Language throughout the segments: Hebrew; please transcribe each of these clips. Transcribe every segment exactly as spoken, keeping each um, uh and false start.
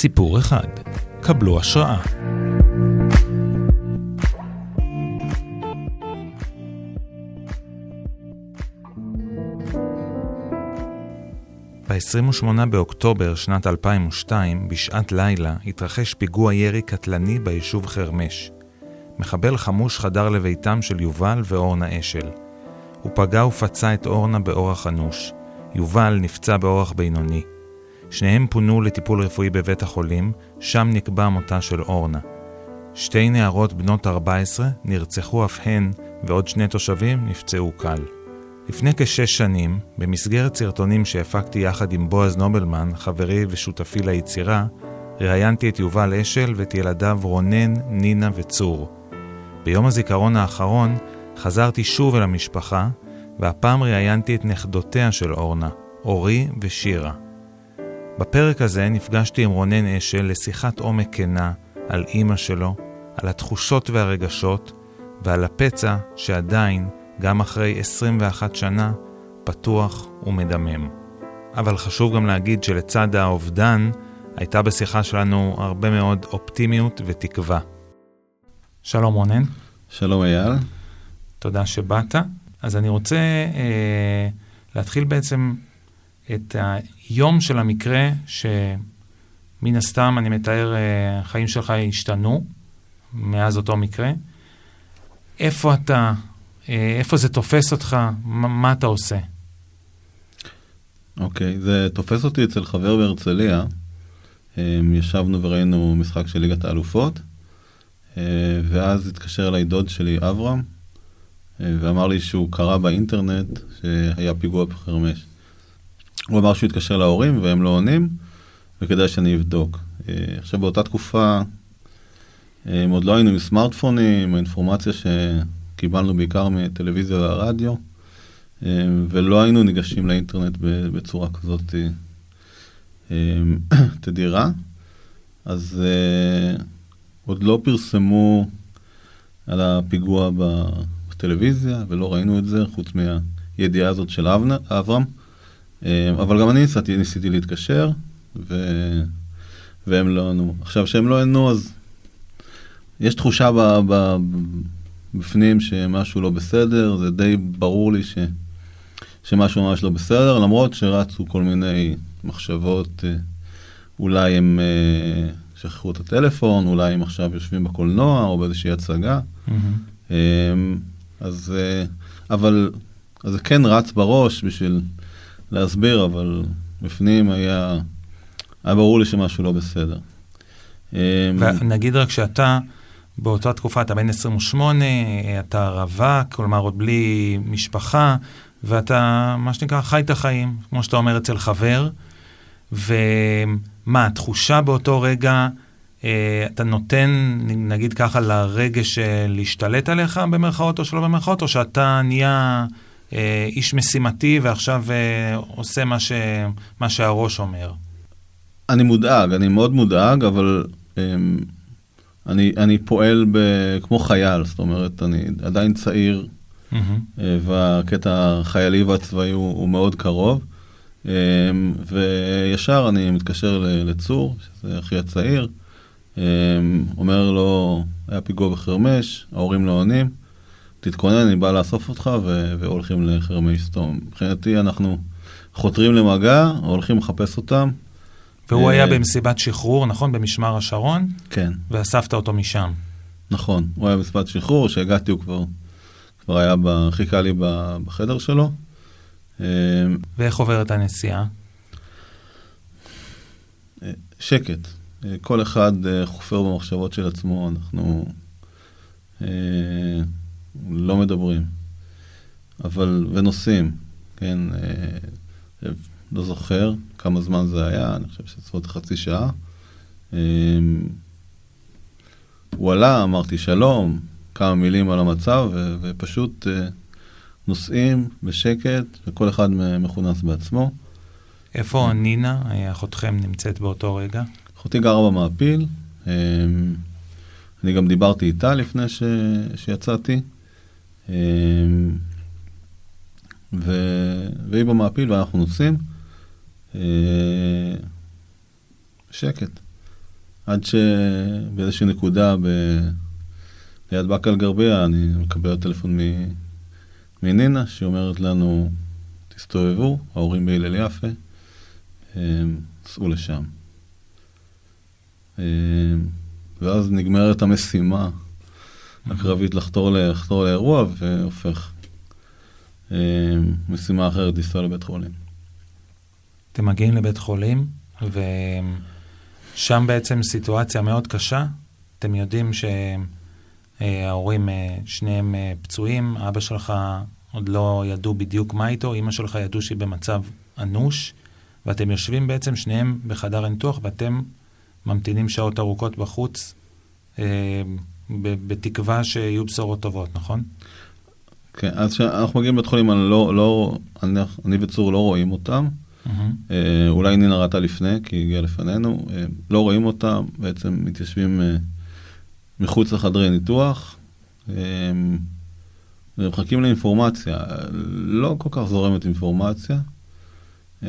סיפור אחד. קבלו השראה. ב-עשרים ושמונה באוקטובר שנת אלפיים ושתיים, בשעת לילה, התרחש פיגוע ירי קטלני ביישוב חרמש. מחבל חמוש חדר לביתם של יובל ואורנה אשל. הוא פגע ופצע את אורנה באורח אנוש. יובל נפצע באורח בינוני. שניהם פונו לטיפול רפואי בבית החולים, שם נקבע מותה של אורנה. שתי נערות בנות ארבע עשרה נרצחו אף הן, ועוד שני תושבים נפצעו קל. לפני כשש שנים, במסגרת סרטונים שהפקתי יחד עם בועז נובלמן, חברי ושותפי ליצירה, ראיינתי את יובל אשל ואת ילדיו רונן, נינה וצור. ביום הזיכרון האחרון חזרתי שוב אל המשפחה, והפעם ראיינתי את נכדותיה של אורנה, אורי ושירה. בפרק הזה נפגשתי עם רונן אשל לשיחת עומק כנה על אמא שלו, על התחושות והרגשות, ועל הפצע שעדיין, גם אחרי עשרים ואחת שנה, פתוח ומדמם. אבל חשוב גם להגיד שלצד האובדן, הייתה בשיחה שלנו הרבה מאוד אופטימיות ותקווה. שלום רונן. שלום אייל. תודה שבאת. אז אני רוצה אה, להתחיל בעצם את היום של המקרה, שמן הסתם אני מתאר, אה, החיים שלך השתנו מאז אותו מקרה. איפה אתה, אה, איפה זה תופס אותך, מה, מה אתה עושה? אוקיי, זה תופס אותי אצל חבר בהרצליה. ישבנו וראינו משחק של ליגת האלופות, ואז התקשר אליי דוד שלי אברהם, ואמר לי שהוא קרא באינטרנט שהיה פיגוע בחרמש. הוא אמר שהוא התקשר להורים והם לא עונים, וכדאי שאני אבדוק. עכשיו באותה תקופה, עוד לא היינו עם סמארטפונים, האינפורמציה שקיבלנו בעיקר מטלוויזיה והרדיו, ולא היינו ניגשים לאינטרנט בצורה כזאת תדירה. אז עוד לא פרסמו על הפיגוע בטלוויזיה, ולא ראינו את זה, חוץ מהידיעה הזאת של אברהם. אבל גם אני ניסיתי, ניסיתי להתקשר, ו... והם לא ענו. עכשיו, שהם לא ענו, אז יש תחושה ב... ב... בפנים שמשהו לא בסדר, זה די ברור לי ש... שמשהו ממש לא בסדר, למרות שרצו כל מיני מחשבות, אולי הם שכחו את הטלפון, אולי הם עכשיו יושבים בקולנוע, או באיזושהי הצגה. Mm-hmm. אז, אבל, אז זה כן רץ בראש בשביל להסביר, אבל בפנים היה, היה ברור לי שמשהו לא בסדר. ונגיד רק שאתה, באותה תקופה, אתה בן עשרים ושמונה, אתה רווק, כלומר עוד בלי משפחה, ואתה, מה שנקרא, חי את החיים, כמו שאתה אומר, אצל חבר, ומה, התחושה באותו רגע, אתה נותן, נגיד ככה, לרגש להשתלט עליך במרכאות או שלא במרכאות, או שאתה נהיה איש משימתי ועכשיו עושה מה, ש, מה שהראש אומר? אני מודאג, אני מאוד מודאג, אבל אני, אני פועל ב, כמו חייל, זאת אומרת, אני עדיין צעיר, mm-hmm. והקטע החיילי והצבאי הוא, הוא מאוד קרוב, וישר אני מתקשר לצור, שזה אחי הצעיר, אומר לו, היה פיגוע בחרמש, ההורים לא עונים, תתכונן, אני בא לאסוף אותך, ו- והולכים לחרמש סתום. מבחינתי אנחנו חותרים למגע, הולכים לחפש אותם. והוא היה במסיבת שחרור, נכון? במשמר השרון? כן. ואספת אותו משם. נכון, הוא היה במסיבת שחרור, שהגעתי הוא כבר, כבר היה, חיכה לי בחדר שלו. ואיך עוברת הנסיעה? שקט. כל אחד חופר במחשבות של עצמו, אנחנו לא מדברים. אבל, ונוסעים, כן, לא זוכר כמה זמן זה היה, אני חושב שצפות חצי שעה. הוא עלה, אמרתי שלום, כמה מילים על המצב, ו- ופשוט נוסעים בשקט, וכל אחד מכונס בעצמו. איפה נינה, אחותכם, נמצאת באותו רגע? אחותי גרה במעפיל, אני גם דיברתי איתה לפני ש... שיצאתי, ו... והיא במעפיל ואנחנו נוסעים, שקט. עד שבאיזושהי נקודה ב... ליד באקה אל-גרבייה, אני מקבל טלפון מ... מנינה, שאומרת לנו, תסתובבו, ההורים בהלל יפה, סעו לשם. ואז נגמרת המשימה הקרבית לחתור, לחתור לאירוע, והופך משימה אחרת לנסוע לבית חולים. אתם מגיעים לבית חולים, ושם בעצם סיטואציה מאוד קשה. אתם יודעים שההורים שניהם פצועים, אבא שלך עוד לא ידעו בדיוק מה איתו, אמא שלך ידעו שהיא במצב אנוש, ואתם יושבים בעצם שניהם בחדר הניתוח, ואתם ממתינים שעות ארוכות בחוץ, בתקווה שיהיו בשורות טובות, נכון? כן, אז כשאנחנו מגיעים לבית חולים, אני, לא, לא, אני, אני וצור לא רואים אותם. Mm-hmm. אה, אולי נינה ראתה לפני, כי היא הגיעה לפנינו. אה, לא רואים אותם, בעצם מתיישבים אה, מחוץ לחדרי ניתוח. אה, ומחכים לאינפורמציה. לא כל כך זורמת אינפורמציה. אה,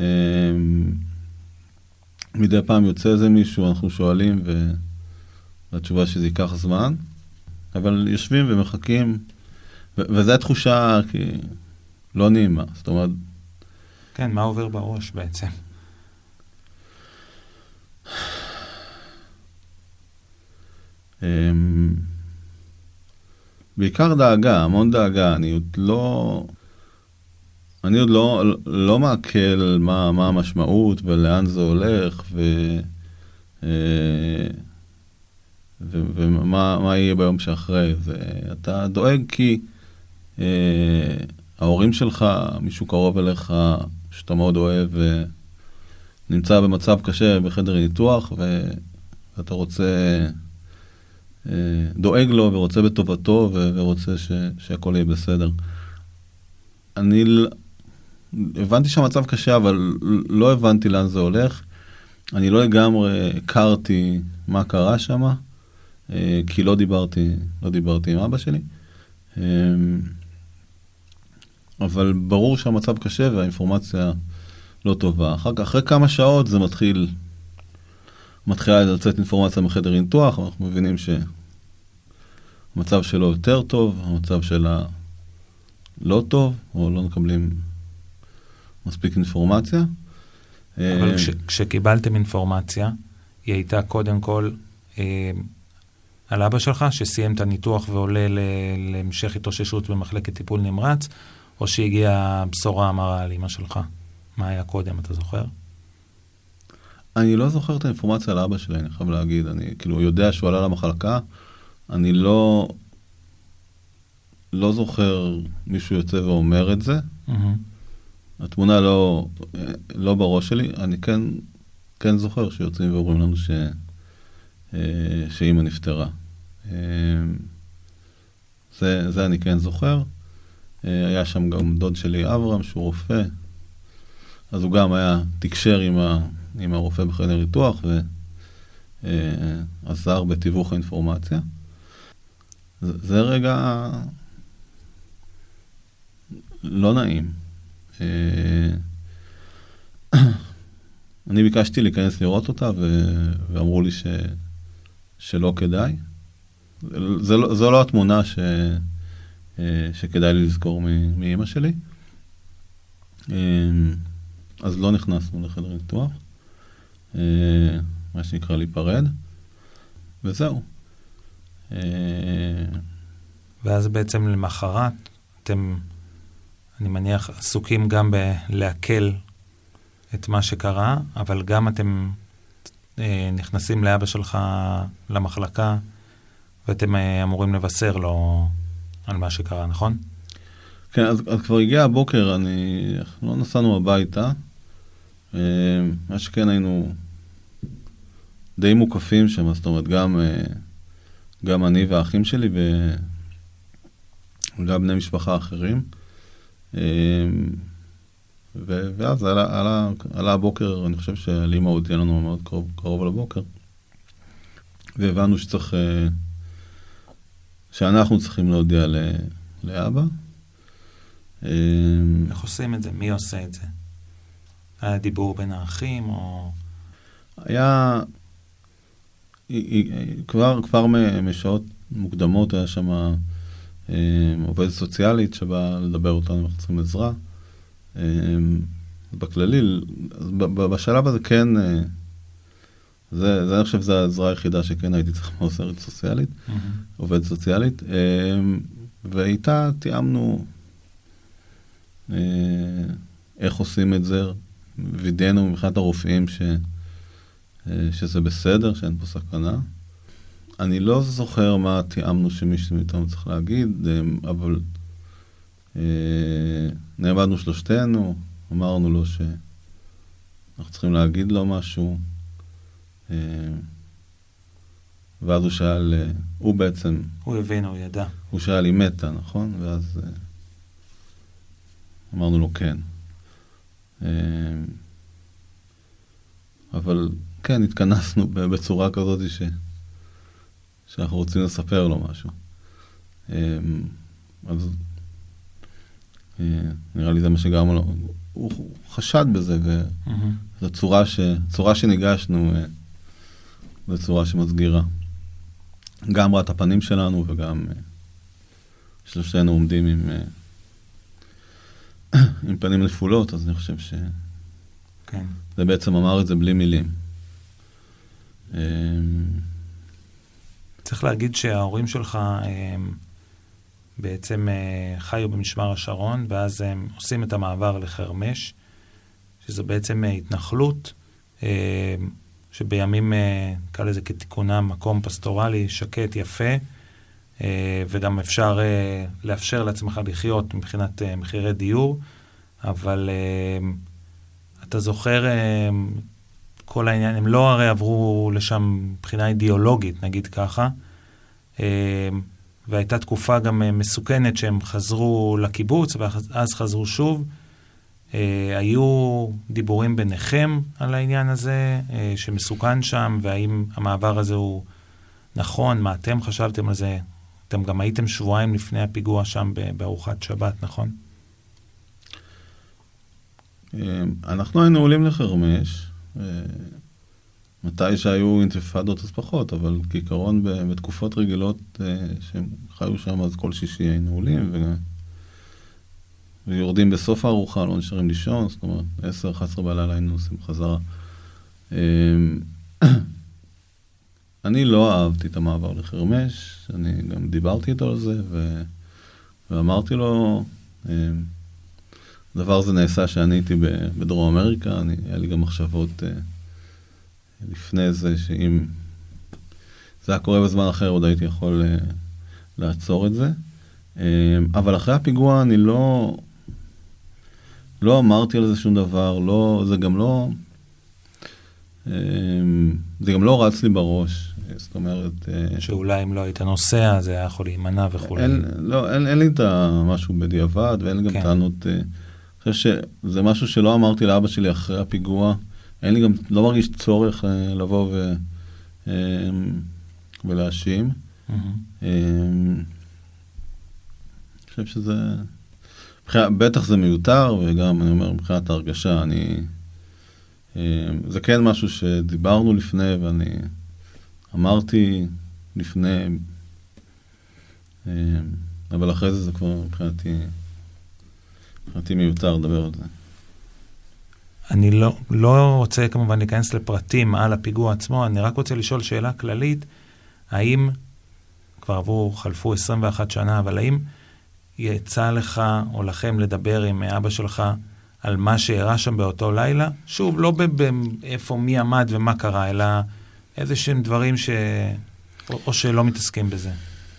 מדי פעם יוצא איזה מישהו, אנחנו שואלים, והתשובה שזה ייקח זמן. אבל יושבים ומחכים, וזו התחושה כי לא נעימה, זאת אומרת... כן, מה עובר בראש בעצם? בעיקר דאגה, המון דאגה, אני עוד לא... אני עוד לא, לא מעכל מה, מה המשמעות ולאן זה הולך, ו... ו... ומה מה יהיה ביום שאחרי. ואתה דואג כי אה, ההורים שלך, מישהו קרוב אליך, שאתה מאוד אוהב, ונמצא במצב קשה בחדר ניתוח, ו... ואתה רוצה, אה, דואג לו ורוצה בטובתו, ו... ורוצה ש... שהכל יהיה בסדר. אני הבנתי שהמצב קשה, אבל לא הבנתי לאן זה הולך. אני לא לגמרי הכרתי מה קרה שם, כי לא דיברתי, לא דיברתי עם אבא שלי. אבל ברור שהמצב קשה והאינפורמציה לא טובה. אחר כך, אחרי כמה שעות זה מתחיל, מתחילה לצאת אינפורמציה מחדר ניתוח, אנחנו מבינים שהמצב שלו יותר טוב, המצב שלה לא טוב, או לא מקבלים מספיק אינפורמציה. אבל כש, כשקיבלתם אינפורמציה, היא הייתה קודם כל אה, על אבא שלך, שסיים את הניתוח ועולה ל, להמשך התאוששות במחלקת טיפול נמרץ, או שהגיעה בשורה המרה על אמא שלך? מה היה קודם, אתה זוכר? אני לא זוכר את האינפורמציה על אבא שלי, אני חייב להגיד. אני כאילו יודע שהוא עלה למחלקה, אני לא, לא זוכר מישהו יוצא ואומר את זה. Mm-hmm. התמונה לא, לא בראש שלי. אני כן, כן זוכר שיוצאים ואומרים לנו ש, שאמא נפטרה. זה, זה אני כן זוכר. היה שם גם דוד שלי אברהם, שהוא רופא, אז הוא גם היה תקשר עם, ה, עם הרופא בחדר ניתוח, ועזר בתיווך האינפורמציה. זה, זה רגע לא נעים. אני ביקשתי להיכנס לראות אותה, ו, ואמרו לי ש, שלא כדאי. זה לא, זו לא התמונה ש... שכדאי לי לזכור מאמא שלי. אז לא נכנסנו לחדר ניתוח, מה שנקרא להיפרד, וזהו. ואז בעצם למחרת, אתם, אני מניח, עסוקים גם בלהקל את מה שקרה, אבל גם אתם נכנסים לאבא שלך למחלקה, ואתם אמורים לבשר לו על מה שקרה, נכון? כן, אז, אז כבר הגיע הבוקר, אני, לא נסענו הביתה, מה שכן היינו די מוקפים שם, זאת אומרת, גם, גם אני והאחים שלי, וגם בני משפחה אחרים, ו, ואז עלה, עלה, עלה הבוקר, אני חושב שאלימה הודיעה לנו מאוד קרוב, קרוב לבוקר, והבנו שצריך, שאנחנו צריכים להודיע ל, לאבא. איך עושים את זה? מי עושה את זה? היה דיבור בין האחים או... היה, היא, היא, כבר, כבר משעות מוקדמות היה שם עובדת סוציאלית שבאה לדבר אותנו, אנחנו צריכים עזרה. בכללי, בשלב הזה כן, זה, זה אני חושב, זה העזרה היחידה שכן הייתי צריך מעוזרת סוציאלית, mm-hmm. עובדת סוציאלית, ואיתה תיאמנו איך עושים את זה, וידאנו מבחינת הרופאים ש, שזה בסדר, שאין פה סכנה. אני לא זוכר מה תיאמנו שמישהו מאיתנו צריך להגיד, אבל נעמדנו שלושתנו, אמרנו לו שאנחנו צריכים להגיד לו משהו, ואז הוא שאל, הוא בעצם... הוא הבין, הוא ידע. הוא שאל, היא מתה, נכון? ואז אמרנו לו כן. אבל כן, התכנסנו בצורה כזאת ש... שאנחנו רוצים לספר לו משהו. אז נראה לי זה מה שגרם לו. הוא חשד בזה, וזו צורה ש... צורה שניגשנו, זו צורה שמסגירה. גם ראה את הפנים שלנו, וגם שלושתנו עומדים עם, עם פנים נפולות, אז אני חושב ש... כן. זה בעצם אמר את זה בלי מילים. צריך להגיד שההורים שלך בעצם חיו במשמר השרון, ואז הם עושים את המעבר לחרמש, שזו בעצם התנחלות, שבימים, קרא לזה כתיקונם, מקום פסטורלי, שקט, יפה, וגם אפשר לאפשר לעצמך לחיות מבחינת מחירי דיור, אבל אתה זוכר כל העניין, הם לא הרי עברו לשם מבחינה אידיאולוגית, נגיד ככה, והייתה תקופה גם מסוכנת שהם חזרו לקיבוץ, ואז חזרו שוב. היו דיבורים ביניכם על העניין הזה, שמסוכן שם, והאם המעבר הזה הוא נכון, מה אתם חשבתם על זה? אתם גם הייתם שבועיים לפני הפיגוע שם בארוחת שבת, נכון? אנחנו היינו עולים לחרמש, מתי שהיו אינתיפאדות אז פחות, אבל כעיקרון בתקופות רגילות שהם חיו שם, אז כל שישי היינו עולים, ויורדים בסוף הארוחה, לא נשארים לישון, זאת אומרת, עשר אחת עשרה בלילה היינו עושים חזרה. אני לא אהבתי את המעבר לחרמש, אני גם דיברתי איתו על זה, ואמרתי לו, הדבר הזה נעשה שאני הייתי בדרום אמריקה, אני, היה לי גם מחשבות לפני זה, שאם זה היה קורה בזמן אחר, עוד הייתי יכול לעצור את זה. אבל אחרי הפיגוע אני לא, לא אמרתי על זה שום דבר, לא, זה גם לא, זה גם לא רץ לי בראש, זאת אומרת... שאולי אם לא היית נוסע, זה היה יכול להימנע וכו'. אין, לא, אין, אין לי את משהו בדיעבד, ואין לי גם כן. טענות... אני חושב שזה משהו שלא אמרתי לאבא שלי אחרי הפיגוע, אין לי גם, לא מרגיש צורך לבוא ו, ולהאשים. Mm-hmm. אני חושב שזה, בטח זה מיותר, וגם אני אומר, מבחינת ההרגשה, אני, זה כן משהו שדיברנו לפני, ואני אמרתי לפני, אבל אחרי זה זה כבר מבחינתי, מבחינתי מיותר לדבר על זה. אני לא, לא רוצה כמובן להיכנס לפרטים על הפיגוע עצמו, אני רק רוצה לשאול שאלה כללית, האם, כבר עברו, חלפו עשרים ואחת שנה, אבל האם יצא לך או לכם לדבר עם אבא שלך על מה שאירע שם באותו לילה? שוב, לא באיפה מי עמד ומה קרה, אלא איזה שהם דברים ש... או, או שלא מתעסקים בזה.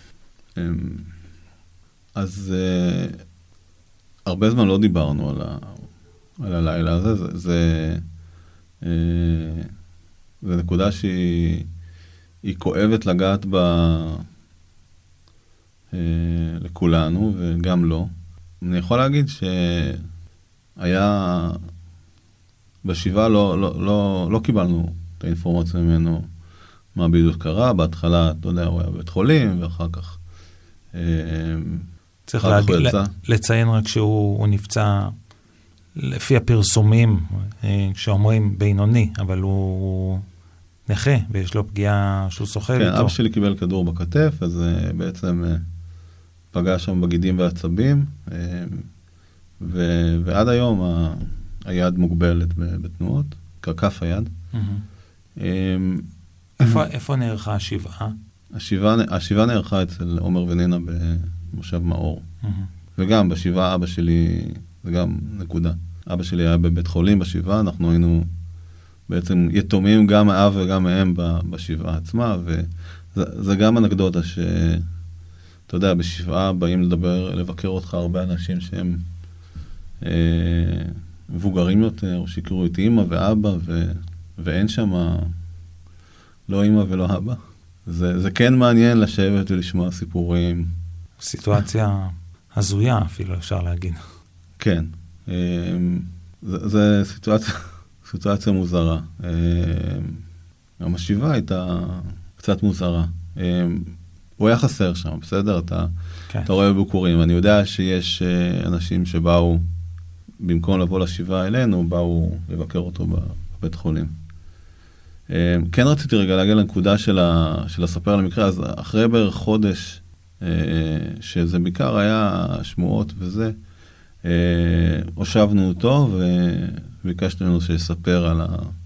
אז הרבה זמן לא דיברנו על ה... על הלילה הזה, זה, זה, אה, זה נקודה שהיא היא כואבת לגעת בה אה, לכולנו, וגם לא. אני יכול להגיד שהיה, בשבעה לא, לא, לא, לא קיבלנו את האינפורמציה ממנו, מה בדיוק קרה, בהתחלה, אתה יודע, הוא היה בבית חולים, ואחר כך... אה, צריך להגיד, לציין רק שהוא נפצע... לפי הפרסומים, שאומרים בינוני, אבל הוא נכה, ויש לו פגיעה שהוא סוחב כן, איתו. אבא שלי קיבל כדור בכתף, אז uh, בעצם uh, פגע שם בגידים ועצבים, uh, ו- ועד היום ה- היד מוגבלת בתנועות, כף היד. Mm-hmm. Um, איפה, איפה נערכה השבעה? השבעה, השבעה נערכה אצל עומר ונינה במושב מאור. Mm-hmm. וגם בשבעה אבא שלי, זה גם נקודה. אבא שלי היה בבית חולים בשבעה, אנחנו היינו בעצם יתומים גם האב וגם האם בשבעה עצמה, וזה גם אנקדוטה ש... אתה יודע, בשבעה באים לדבר, לבקר אותך הרבה אנשים שהם אה, מבוגרים יותר, או שיקרו את אמא ואבא, ו... ואין שם לא אמא ולא אבא. זה, זה כן מעניין לשבת ולשמוע סיפורים. סיטואציה הזויה אפילו, אפשר להגיד. כן. אה, זה, זה סיטואציה... סיטואציה מוזרה. המשאיבה הייתה קצת מוזרה. הוא היה חסר שם, בסדר? אתה, כן. אתה רואה בביקורים. אני יודע שיש אנשים שבאו, במקום לבוא לשבעה אלינו, באו לבקר אותו בבית חולים. כן רציתי רגע להגיע לנקודה של, ה, של לספר על המקרה, אז אחרי בערך חודש, שזה בעיקר היה שמועות וזה, הושבנו אותו ו... ביקשנו לנו שיספר על, ה,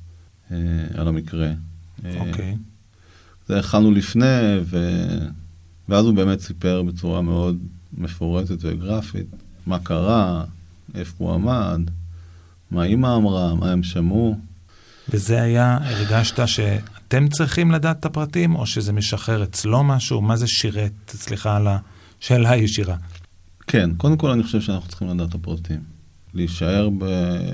על המקרה. אוקיי. זה הכנו לפני, ו, ואז הוא באמת סיפר בצורה מאוד מפורטת וגרפית, מה קרה, איפה הוא עמד, מה אמא אמרה, מה הם שמעו. וזה היה, הרגשת שאתם צריכים לדעת את הפרטים, או שזה משחרר אצלו משהו? מה זה שירת? סליחה על השאלה הישירה. כן, קודם כל אני חושב שאנחנו צריכים לדעת את הפרטים. להישאר ב...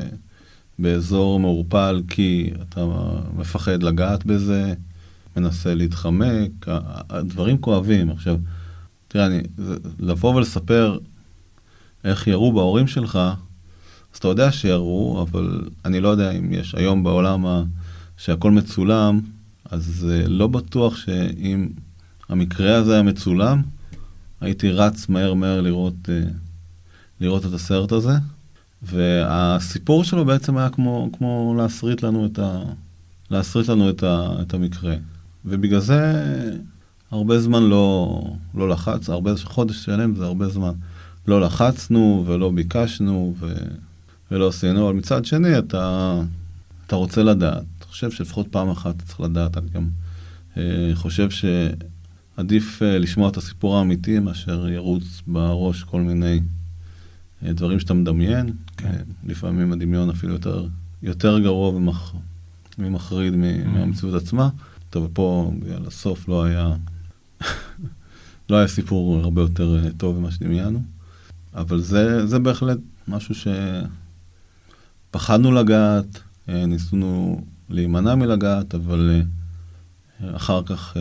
באזור מעורפל, כי אתה מפחד לגעת בזה, מנסה להתחמק, הדברים כואבים. עכשיו, תראה, אני, לבוא ולספר איך יראו בהורים שלך, אז אתה יודע שיראו, אבל אני לא יודע אם יש היום בעולם שהכל מצולם, אז לא בטוח שאם המקרה הזה היה מצולם, הייתי רץ מהר מהר לראות, לראות את הסרט הזה. והסיפור שלו בעצם היה כמו, כמו להסריט לנו את ה, להסריט לנו את ה, את המקרה. ובגלל זה הרבה זמן לא, לא לחץ, הרבה חודש שלם זה הרבה זמן. לא לחצנו ולא ביקשנו ו, ולא עשינו, אבל מצד שני אתה, אתה רוצה לדעת. אתה חושב שלפחות פעם אחת אתה צריך לדעת. אני גם אה, חושב שעדיף אה, לשמוע את הסיפור האמיתי מאשר ירוץ בראש כל מיני דברים שאתה מדמיין, כן. לפעמים הדמיון אפילו יותר, יותר גרוע ומח, ומחריד mm. מהמציאות עצמה. טוב, ופה לסוף לא היה, לא היה סיפור הרבה יותר טוב ממה שדמיינו, אבל זה, זה בהחלט משהו שפחדנו לגעת, ניסינו להימנע מלגעת, אבל אחר כך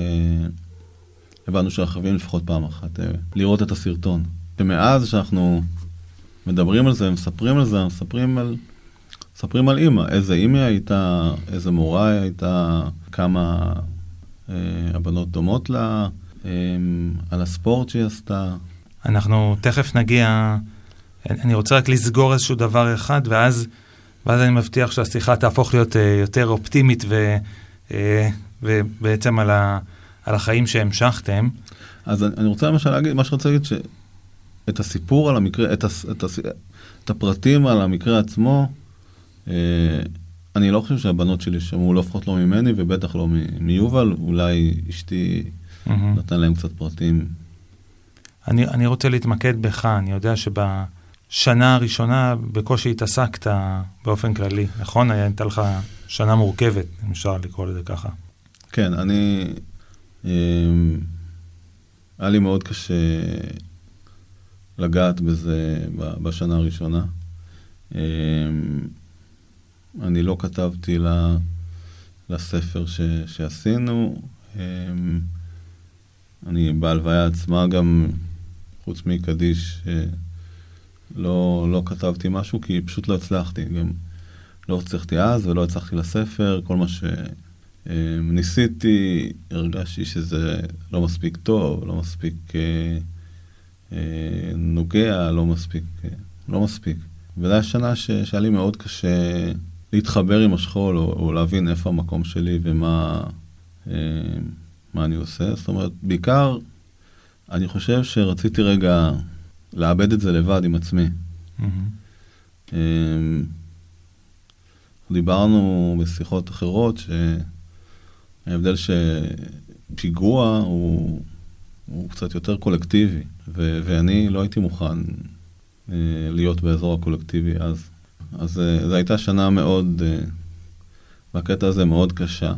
הבנו שאנחנו לפחות פעם אחת לראות את הסרטון. ומאז שאנחנו מדברים על זה, מספרים על זה, מספרים על, מספרים על אמא, איזה אמא הייתה, איזה מורה הייתה, כמה אה, הבנות דומות לה, אה, על הספורט שהיא עשתה. אנחנו תכף נגיע, אני רוצה רק לסגור איזשהו דבר אחד, ואז, ואז אני מבטיח שהשיחה תהפוך להיות אה, יותר אופטימית, ו, אה, ובעצם על, ה, על החיים שהמשכתם. אז אני, אני רוצה למשל להגיד, מה שרוצה להגיד ש... את הסיפור על המקרה, את, הס, את, הס, את הפרטים על המקרה עצמו, אה, אני לא חושב שהבנות שלי שמעו, לא לפחות לא ממני, ובטח לא מ, מיובל, אולי אשתי mm-hmm. נתן להם קצת פרטים. אני, אני רוצה להתמקד בך, אני יודע שבשנה הראשונה בקושי התעסקת באופן כללי, נכון? הייתה לך שנה מורכבת, אם אפשר לקרוא לזה ככה. כן, אני, אה, היה לי מאוד קשה לגעת בזה בשנה הראשונה. אני לא כתבתי לספר ש, שעשינו. אני בהלוויה עצמה גם, חוץ מקדיש, לא, לא כתבתי משהו, כי פשוט לא הצלחתי. גם לא הצלחתי אז ולא הצלחתי לספר. כל מה שניסיתי, הרגשתי שזה לא מספיק טוב, לא מספיק נוגע, לא מספיק, לא מספיק. וזו השנה שהיה לי מאוד קשה להתחבר עם השכול, או, או להבין איפה המקום שלי ומה מה אני עושה. זאת אומרת, בעיקר, אני חושב שרציתי רגע לאבד את זה לבד עם עצמי. Mm-hmm. דיברנו בשיחות אחרות שההבדל שפיגוע הוא, הוא קצת יותר קולקטיבי, ו- ואני לא הייתי מוכן להיות באזור הקולקטיבי אז. אז זו הייתה שנה מאוד, והקטע הזה מאוד קשה.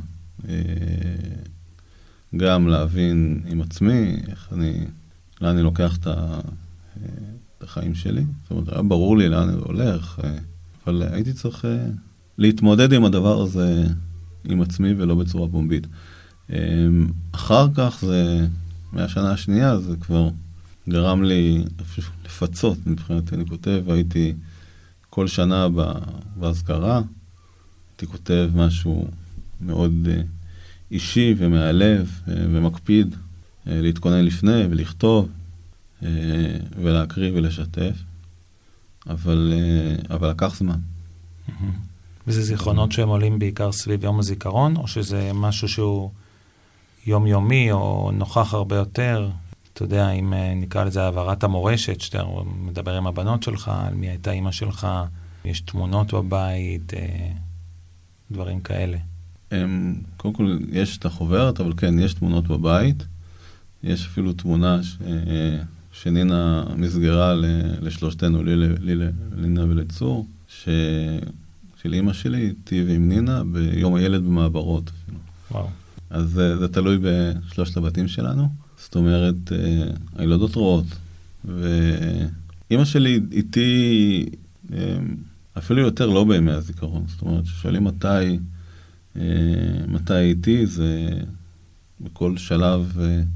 גם להבין עם עצמי איך אני, לאן אני לוקח את החיים שלי. זאת אומרת, היה ברור לי לאן אני הולך, אבל הייתי צריך להתמודד עם הדבר הזה עם עצמי ולא בצורה פומבית. אחר כך זה, מהשנה השנייה, זה כבר גרם לי לפצות מבחינתי. אני כותב, הייתי כל שנה בהזכרה, הייתי כותב משהו מאוד אישי ומהלב ומקפיד להתכונן לפני ולכתוב ולהקריא ולשתף, אבל, אבל לקח זמן. וזה זיכרונות שהם עולים בעיקר סביב יום הזיכרון, או שזה משהו שהוא יומיומי או נוכח הרבה יותר? אתה יודע, אם נקרא לזה העברת המורשת, שאתה מדבר עם הבנות שלך, על מי הייתה אמא שלך, יש תמונות בבית, דברים כאלה. קודם כל, יש את החוברת, אבל כן, יש תמונות בבית. יש אפילו תמונה ש... שנינה מסגרה לשלושתנו, לינה ולצור, ש... של אמא שלי, איתי ועם נינה, ביום הילד במעברות. וואו. אז זה, זה תלוי בשלושת הבתים שלנו. זאת אומרת, הילדות רואות. ואמא שלי איתי, אפילו יותר לא בימי הזיכרון. זאת אומרת, ששואלים מתי, מתי איתי, זה בכל שלב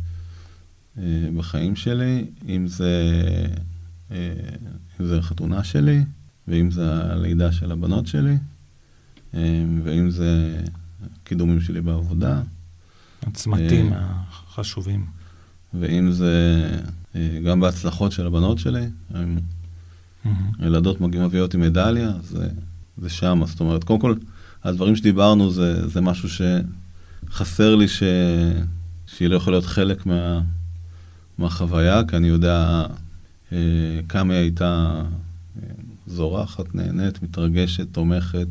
בחיים שלי, אם זה, אם זה החתונה שלי, ואם זה הלידה של הבנות שלי, ואם זה קידומים שלי בעבודה. הצמתים החשובים. ואם זה גם בהצלחות של הבנות שלי, הילדות מביאות עם מדליה, זה, זה שם. זאת אומרת, קודם כל, הדברים שדיברנו זה, זה משהו שחסר לי ש, שהיא לא יכולה להיות חלק מה, מהחוויה, כי אני יודע כמה היא הייתה זורחת, נהנית, מתרגשת, תומכת.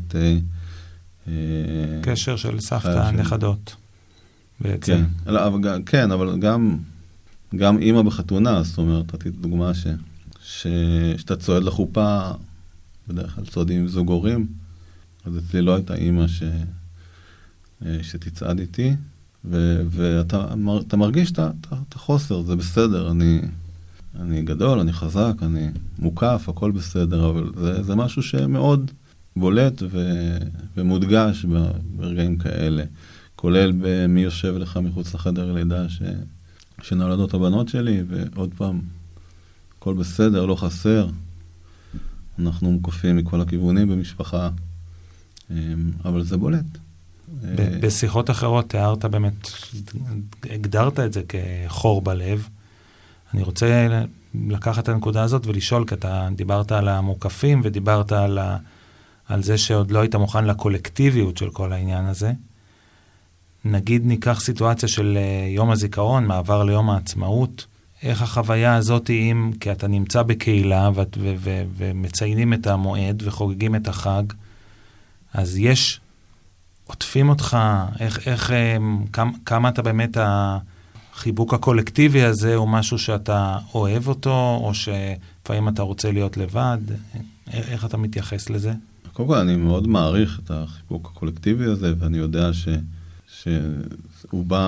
קשר של סבתא, נכדות. בעצם. כן, אבל, כן, אבל גם, גם אימא בחתונה, זאת אומרת, נתתי דוגמה ש, ש, שאתה צועד לחופה, בדרך כלל צועדים עם זוג הורים, אז אצלי לא הייתה אימא ש, שתצעד איתי, ו, ואתה אתה מרגיש את, את החוסר, זה בסדר, אני, אני גדול, אני חזק, אני מוקף, הכל בסדר, אבל זה, זה משהו שמאוד בולט ו, ומודגש ברגעים כאלה. כולל במי יושב לך מחוץ לחדר לידה ש... שנולדות הבנות שלי, ועוד פעם, הכל בסדר, לא חסר. אנחנו מוקפים מכל הכיוונים במשפחה, אבל זה בולט. בשיחות אחרות תיארת באמת, הגדרת את זה כחור בלב. אני רוצה לקחת את הנקודה הזאת ולשאול, כי אתה דיברת על המוקפים, ודיברת על, ה... על זה שעוד לא היית מוכן לקולקטיביות של כל העניין הזה. נגיד ניקח סיטואציה של יום הזיכרון, מעבר ליום העצמאות, איך החוויה הזאת אם, כי אתה נמצא בקהילה ו- ו- ו- ומציינים את המועד וחוגגים את החג, אז יש, עוטפים אותך, איך, איך, כמה, כמה אתה באמת, החיבוק הקולקטיבי הזה הוא משהו שאתה אוהב אותו, או שפעמים אתה רוצה להיות לבד, איך אתה מתייחס לזה? קודם כל, אני מאוד מעריך את החיבוק הקולקטיבי הזה, ואני יודע ש... שהוא בא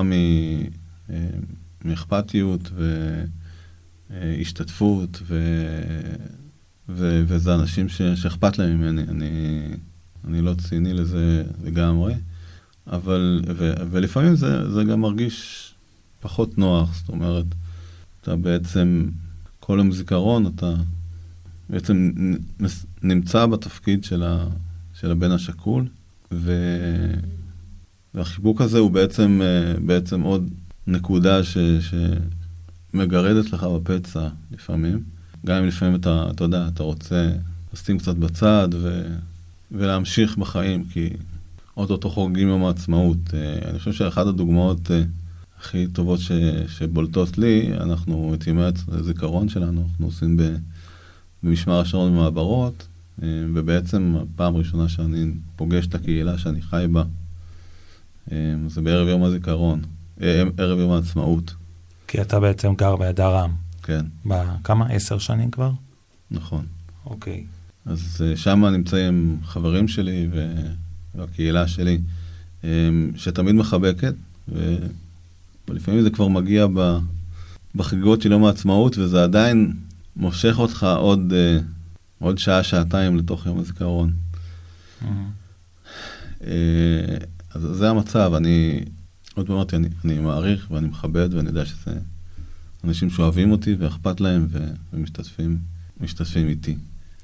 מאכפתיות והשתתפות, ו... ו... וזה אנשים ש... שאכפת להם ממני. אני, אני לא ציני לזה לגמרי, אבל, ו... ולפעמים זה, זה גם מרגיש פחות נוח. זאת אומרת, אתה בעצם, כל יום זיכרון, אתה בעצם נמצא בתפקיד של, ה... של הבן השכול, ו... והחיבוק הזה הוא בעצם, בעצם עוד נקודה ש, שמגרדת לך בפצע לפעמים. גם אם לפעמים אתה, אתה יודע, אתה רוצה לשים קצת בצד ו, ולהמשיך בחיים, כי אוטוטו חוגגים יום העצמאות. אני חושב שאחת הדוגמאות הכי טובות ש, שבולטות לי, אנחנו את ימי הזיכרון שלנו, אנחנו עושים ב, במשמר השרון במעברות, ובעצם הפעם הראשונה שאני פוגש את הקהילה שאני חי בה, זה בערב יום הזיכרון, ערב יום העצמאות. כי אתה בעצם גר בידר רם. כן. בכמה? עשר שנים כבר? נכון. אוקיי. אז שם נמצאים חברים שלי והקהילה שלי, שתמיד מחבקת, ולפעמים זה כבר מגיע בחגיגות של יום העצמאות, וזה עדיין מושך אותך עוד, עוד שעה, שעתיים לתוך יום הזיכרון. Mm-hmm. אז זה המצב. אני, עוד פעם אמרתי, אני, אני מעריך ואני מכבד, ואני יודע שזה אנשים שאוהבים אותי ואכפת להם ומשתתפים, משתתפים איתי.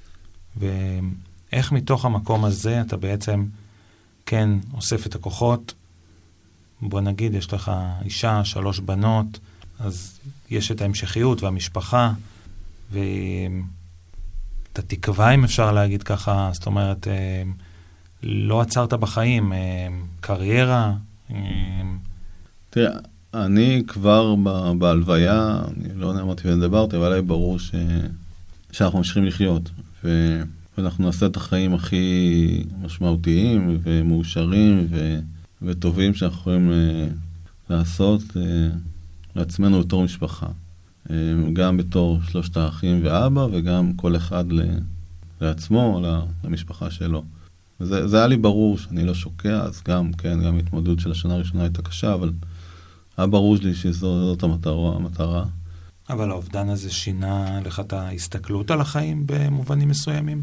ואיך מתוך המקום הזה אתה בעצם כן אוסף את הכוחות? בוא נגיד, יש לך אישה, שלוש בנות, אז יש את ההמשכיות והמשפחה, ואת התקווה, אם אפשר להגיד ככה, זאת אומרת, לא עצרת בחיים, קריירה. תראה, אני כבר בהלוויה, אני לא נאמרתי ונדברתי, אבל היה ברור ש... שאנחנו ממשיכים לחיות, ו... ואנחנו נעשה את החיים הכי משמעותיים ומאושרים ו... וטובים שאנחנו יכולים לעשות לעצמנו בתור משפחה. גם בתור שלושת האחים ואבא, וגם כל אחד לעצמו, למשפחה שלו. וזה, זה היה לי ברור שאני לא שוקע, אז גם, כן, גם התמודדות של השנה הראשונה הייתה קשה, אבל היה ברור לי שזאת המטרה, המטרה. אבל האובדן הזה שינה לך את ההסתכלות על החיים במובנים מסוימים?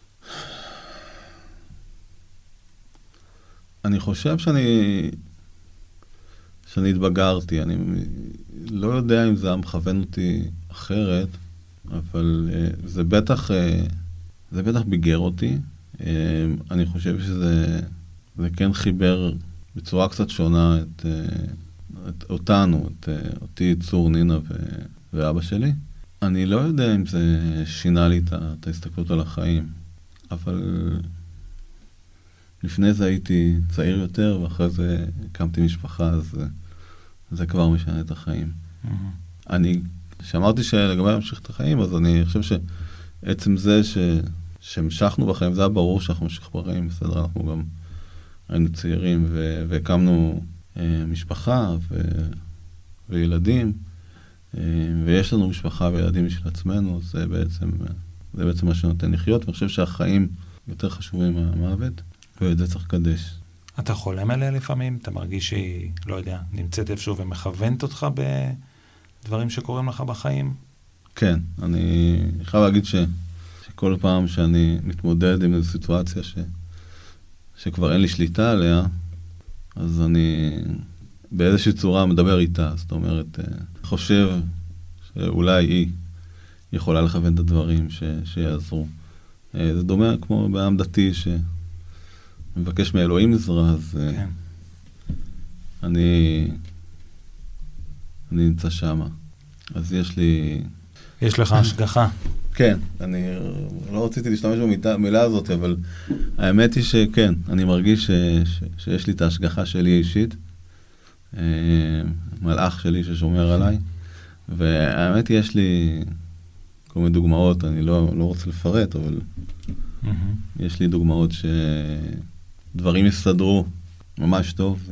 אני חושב שאני, שאני התבגרתי. אני לא יודע אם זה היה מכוון אותי אחרת, אבל זה בטח, זה בטח ביגר אותי. אני חושב שזה, זה כן חיבר בצורה קצת שונה את, את אותנו, את אותי, צור, נינה ו, ואבא שלי. אני לא יודע אם זה שינה לי את, את ההסתכלות על החיים, אבל לפני זה הייתי צעיר יותר, ואחרי זה הקמתי משפחה, אז זה כבר משנה את החיים. Mm-hmm. אני, שאמרתי שלגבי להמשיך את החיים, אז אני חושב שעצם זה ש, שהמשכנו בחיים, זה היה ברור שאנחנו נמשיך בחיים, בסדר, אנחנו גם היינו צעירים, ו, והקמנו אה, משפחה ו, וילדים, אה, ויש לנו משפחה וילדים משל עצמנו, זה בעצם, זה בעצם מה שנותן לחיות, ואני חושב שהחיים יותר חשובים מהמוות. ואת זה צריך לקדש. אתה חולם עליה לפעמים? אתה מרגיש שהיא, לא יודע, נמצאת איפשהו ומכוונת אותך בדברים שקורים לך בחיים? כן, אני חייב להגיד ש, שכל פעם שאני מתמודד עם איזו סיטואציה ש, שכבר אין לי שליטה עליה, אז אני באיזושהי צורה מדבר איתה. זאת אומרת, חושב שאולי היא יכולה לכוון את הדברים ש, שיעזרו. זה דומה כמו בעם דתי ש... מבקש מאלוהים עזרה, אז כן. אני, אני נמצא שמה. אז יש לי... יש לך השגחה. כן, אני לא רציתי להשתמש במילה הזאת, אבל האמת היא שכן, אני מרגיש ש, ש, שיש לי את ההשגחה שלי אישית, מלאך שלי ששומר עליי, והאמת היא, יש לי כל מיני דוגמאות, אני לא, לא רוצה לפרט, אבל mm-hmm. יש לי דוגמאות ש... דברים יסתדרו ממש טוב,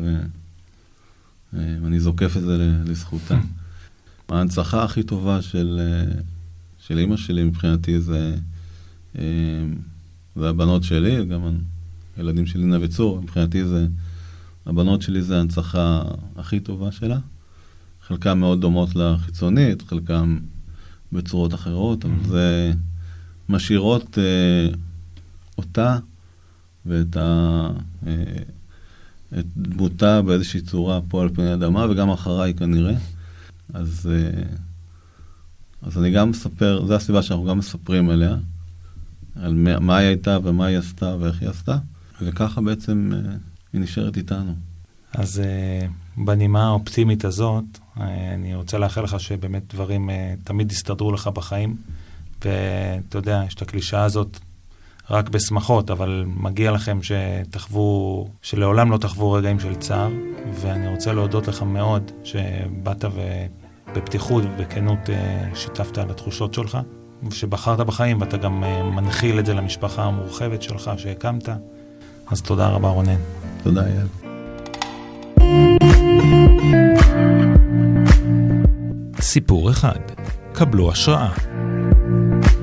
ואני זוקף את זה לזכותה. ההנצחה הכי טובה של, של אמא שלי מבחינתי זה, זה הבנות שלי, גם הילדים שלי נינה וצור, מבחינתי זה, הבנות שלי זה ההנצחה הכי טובה שלה. חלקם מאוד דומות לחיצונית, חלקם בצורות אחרות, אבל זה משאירות אותה, ואת ה... את דמותה באיזושהי צורה פה על פני אדמה, וגם אחריי כנראה. אז, אז אני גם מספר, זו הסיבה שאנחנו גם מספרים עליה, על מה היא הייתה ומה היא עשתה ואיך היא עשתה, וככה בעצם היא נשארת איתנו. אז בנימה האופטימית הזאת, אני רוצה לאחל לך שבאמת דברים תמיד יסתדרו לך בחיים, ואתה יודע, יש את הקלישה הזאת, רק בשמחות, אבל מגיע לכם שתחוו, שלעולם לא תחוו רגעים של צער, ואני רוצה להודות לך מאוד שבאת ובפתיחות ובכנות שיתפת על התחושות שלך, ושבחרת בחיים ואתה גם מנחיל את זה למשפחה המורחבת שלך שהקמת. אז תודה רבה רונן. תודה אייל. סיפור אחד, קבלו השראה.